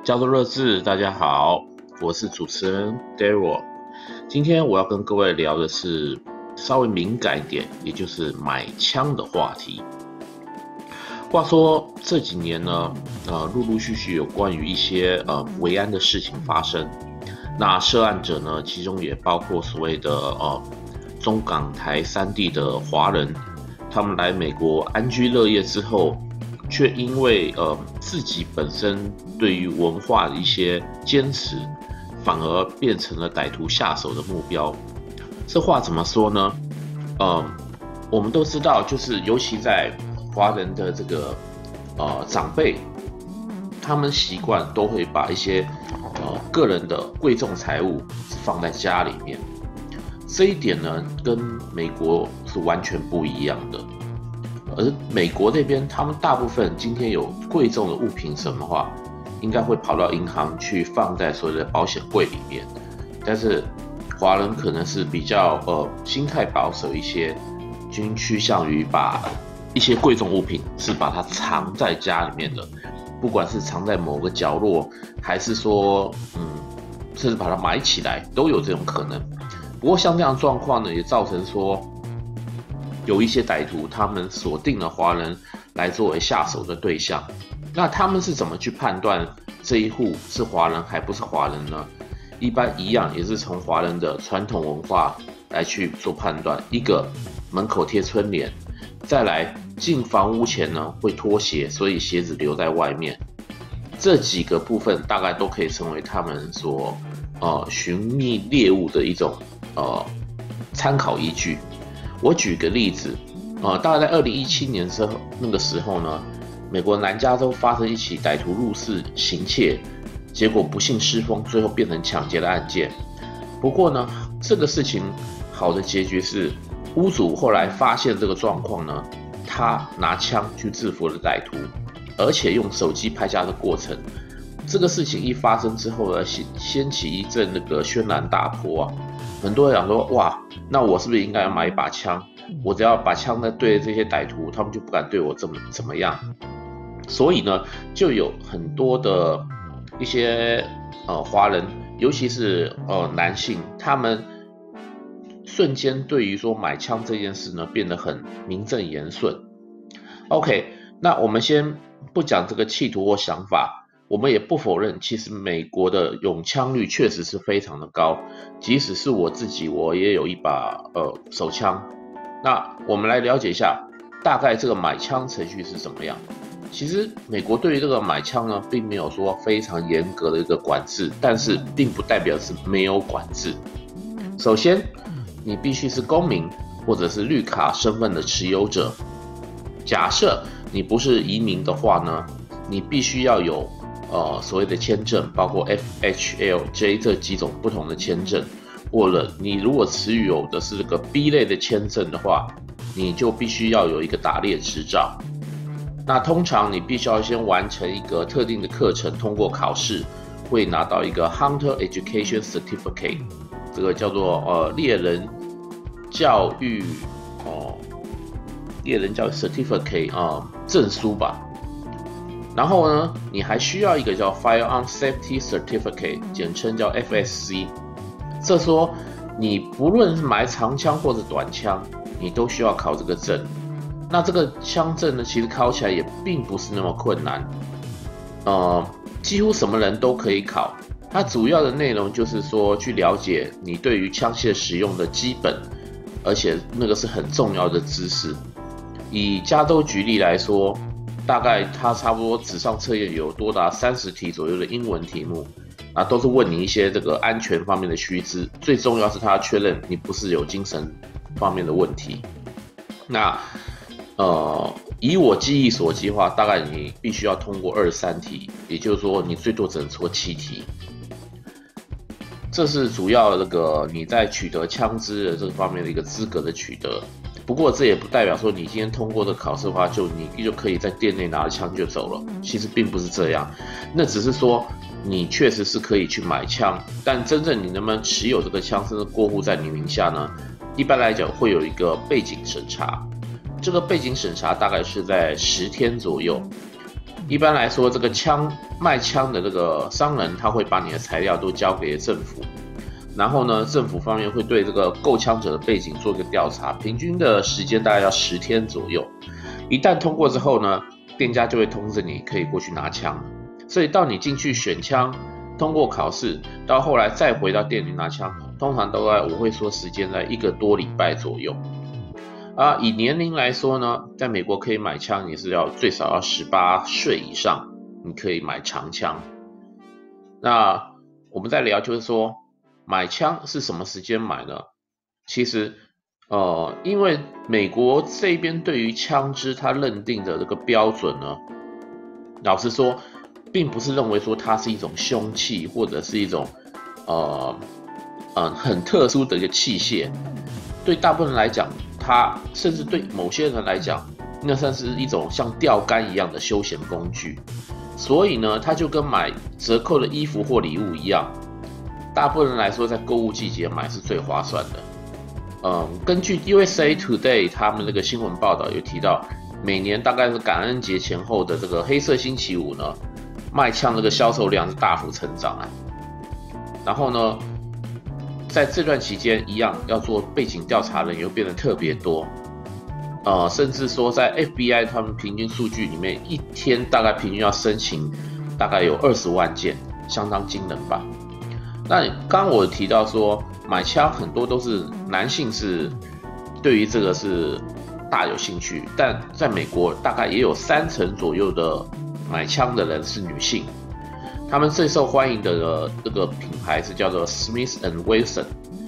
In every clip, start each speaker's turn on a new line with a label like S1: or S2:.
S1: 加州热志，大家好，我是主持人 Daryl。今天我要跟各位聊的是稍微敏感一点，也就是买枪的话题。话说这几年呢，陆陆续续有关于一些维安的事情发生。那涉案者呢，其中也包括所谓的中港台三地的华人，他们来美国安居乐业之后，却因为自己本身对于文化的一些坚持，反而变成了歹徒下手的目标。这话怎么说呢？我们都知道，就是尤其在华人的这个长辈，他们习惯都会把一些个人的贵重财物放在家里面。这一点呢，跟美国是完全不一样的。而美国那边，他们大部分今天有贵重的物品什么话，应该会跑到银行去放在所谓的保险柜里面。但是华人可能是比较心态保守一些，均趋向于把一些贵重物品是把它藏在家里面的，不管是藏在某个角落，还是说甚至把它埋起来，都有这种可能。不过像这样的状况呢，也造成说有一些歹徒他们锁定了华人来作为下手的对象。那他们是怎么去判断这一户是华人还不是华人呢？一般一样也是从华人的传统文化来去做判断。一个门口贴春联，再来进房屋前呢会脱鞋，所以鞋子留在外面。这几个部分大概都可以成为他们所寻觅猎物的一种参考依据。我举个例子，大概在2017年那个时候呢，美国南加州发生一起歹徒入室行窃，结果不幸失风，最后变成抢劫的案件。不过呢，这个事情好的结局是，屋主后来发现这个状况呢，他拿枪去制服了歹徒，而且用手机拍下的过程。这个事情一发生之后呢，掀起一阵那个轩然大波啊！很多人讲说，哇，那我是不是应该要买一把枪？我只要把枪呢对这些歹徒，他们就不敢对我怎么样。所以呢，就有很多的一些华人，尤其是男性，他们瞬间对于说买枪这件事呢，变得很名正言顺。OK， 那我们先不讲这个企图或想法。我们也不否认，其实美国的拥枪率确实是非常的高，即使是我自己，我也有一把手枪。那我们来了解一下，大概这个买枪程序是怎么样。其实美国对于这个买枪呢，并没有说非常严格的一个管制，但是并不代表是没有管制。首先，你必须是公民或者是绿卡身份的持有者。假设你不是移民的话呢，你必须要有所谓的签证，包括 FHLJ 这几种不同的签证，或者你如果持有的是这个 B 类的签证的话，你就必须要有一个打猎执照。那通常你必须要先完成一个特定的课程，通过考试，会拿到一个 Hunter Education Certificate， 这个叫做猎人教育Certificate 证书吧。然后呢，你还需要一个叫 Firearm Safety Certificate， 简称叫 FSC。这说你不论是买长枪或者短枪，你都需要考这个证。那这个枪证呢，其实考起来也并不是那么困难，几乎什么人都可以考。它主要的内容就是说，去了解你对于枪械使用的基本，而且那个是很重要的知识。以加州举例来说，大概它差不多纸上测验有多达30题左右的英文题目，都是问你一些这个安全方面的须知，最重要是它确认你不是有精神方面的问题。那以我记忆所及的话，大概你必须要通过23题，也就是说你最多只能错7题。这是主要你在取得枪支的这个方面的一个资格的取得。不过这也不代表说你今天通过的考试的话，你就可以在店内拿着枪就走了。其实并不是这样，那只是说你确实是可以去买枪，但真正你能不能持有这个枪甚至过户在你名下呢？一般来讲会有一个背景审查，这个背景审查大概是在10天左右。 一般来说，这个卖枪的这个商人，他会把你的材料都交给政府，然后呢，政府方面会对这个购枪者的背景做一个调查，平均的时间大概要10天左右。一旦通过之后呢，店家就会通知你可以过去拿枪。所以到你进去选枪，通过考试，到后来再回到店里拿枪，通常我会说时间在1个多礼拜左右。以年龄来说呢，在美国可以买枪，你是最少要18岁以上，你可以买长枪。那我们再聊，就是说买枪是什么时间买呢？其实，因为美国这边对于枪支它认定的这个标准呢，老实说，并不是认为说它是一种凶器，或者是一种很特殊的一个器械。对大部分人来讲，它甚至对某些人来讲，那算是一种像钓竿一样的休闲工具。所以呢，它就跟买折扣的衣服或礼物一样，大部分人来说，在购物季节买是最划算的。根据 USA Today 他们那个新闻报道有提到，每年大概是感恩节前后的这个黑色星期五呢，卖枪这个销售量是大幅成长啊。然后呢，在这段期间一样要做背景调查的人又变得特别多，甚至说在 FBI 他们平均数据里面，一天大概平均要申请大概有20万件，相当惊人吧。那刚刚我提到说，买枪很多都是男性是对于这个是大有兴趣，但在美国大概也有30%左右的买枪的人是女性。他们最受欢迎的这个品牌是叫做 Smith & Wesson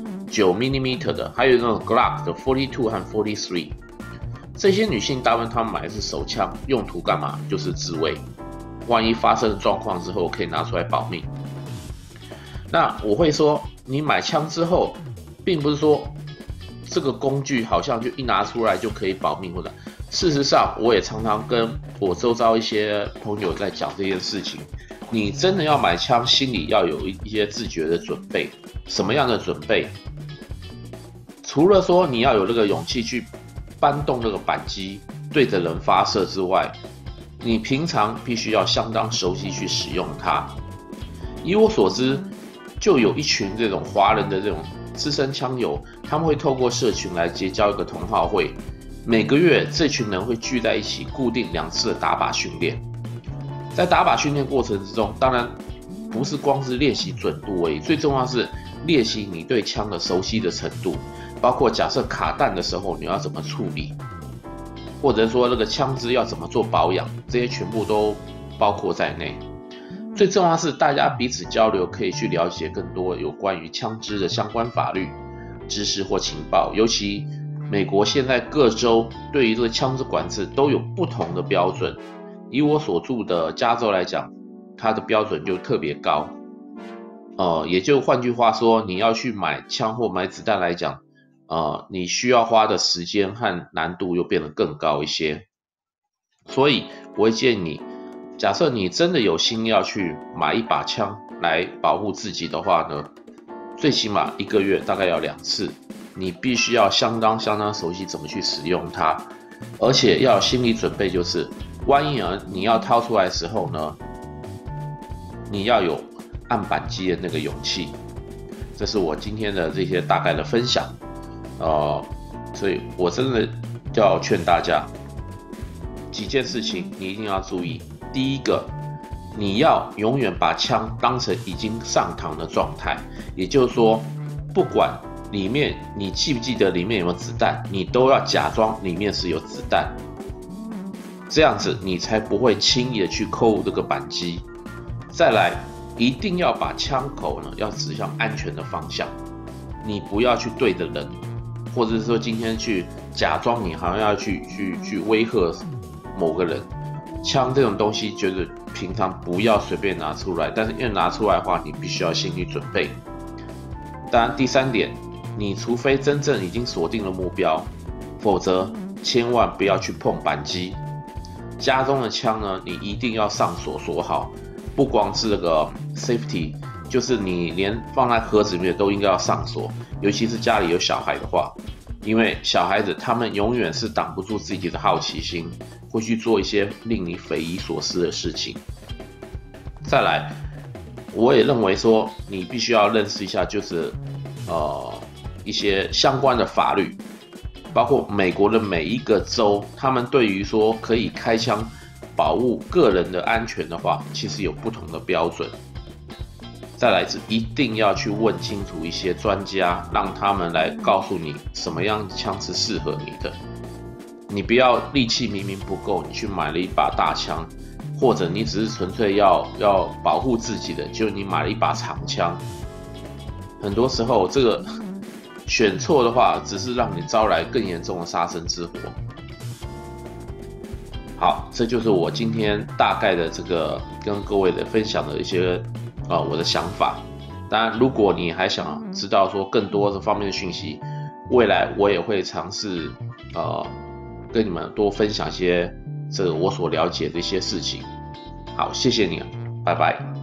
S1: 9mm 的，还有那种 Glock 的42和43。这些女性大部分她们买的是手枪，用途干嘛？就是自卫，万一发生状况之后可以拿出来保命。那我会说，你买枪之后，并不是说这个工具好像就一拿出来就可以保命，或者事实上，我也常常跟我周遭一些朋友在讲这件事情。你真的要买枪，心里要有一些自觉的准备。什么样的准备？除了说你要有那个勇气去搬动那个扳机，对着人发射之外，你平常必须要相当熟悉去使用它。以我所知，就有一群这种华人的这种资深枪友，他们会透过社群来结交一个同好会，每个月这群人会聚在一起，固定2次的打靶训练。在打靶训练过程之中，当然不是光是练习准度而已，最重要是练习你对枪的熟悉的程度，包括假设卡弹的时候你要怎么处理，或者说那个枪支要怎么做保养，这些全部都包括在内。最重要是大家彼此交流，可以去了解更多有关于枪支的相关法律知识或情报。尤其美国现在各州对于这个枪支管制都有不同的标准。以我所住的加州来讲，它的标准就特别高。也就换句话说，你要去买枪或买子弹来讲，你需要花的时间和难度又变得更高一些。所以我会建议你，假设你真的有心要去买一把枪来保护自己的话呢，最起码1个月大概要2次，你必须要相当熟悉怎么去使用它，而且要有心理准备，就是万一你要掏出来的时候呢，你要有按扳机的那个勇气。这是我今天的这些大概的分享，所以我真的要劝大家几件事情，你一定要注意。第一个，你要永远把枪当成已经上膛的状态，也就是说，不管里面你记不记得里面有没有子弹，你都要假装里面是有子弹。这样子你才不会轻易的去扣这个扳机。再来，一定要把枪口呢要指向安全的方向，你不要去对着人，或者是说今天去假装你好像要去威吓某个人。枪这种东西觉得平常不要随便拿出来，但是因为拿出来的话，你必须要心理准备。当然，第3点，你除非真正已经锁定了目标，否则千万不要去碰扳机。家中的枪呢，你一定要上锁锁好，不光是这个 safety， 就是你连放在盒子里面都应该要上锁，尤其是家里有小孩的话，因为小孩子他们永远是挡不住自己的好奇心， 会去做一些令你匪夷所思的事情。再来，我也认为说你必须要认识一下，就是一些相关的法律，包括美国的每一个州，他们对于说可以开枪保护个人的安全的话，其实有不同的标准。再来是一定要去问清楚一些专家，让他们来告诉你什么样的枪是适合你的。你不要力气明明不够，你去买了一把大枪，或者你只是纯粹要保护自己的，就你买了一把长枪。很多时候这个选错的话，只是让你招来更严重的杀身之祸。好，这就是我今天大概的这个跟各位的分享的一些我的想法。当然，如果你还想知道说更多这方面的讯息，未来我也会尝试跟你们多分享一些这个我所了解的一些事情。好，谢谢你，拜拜。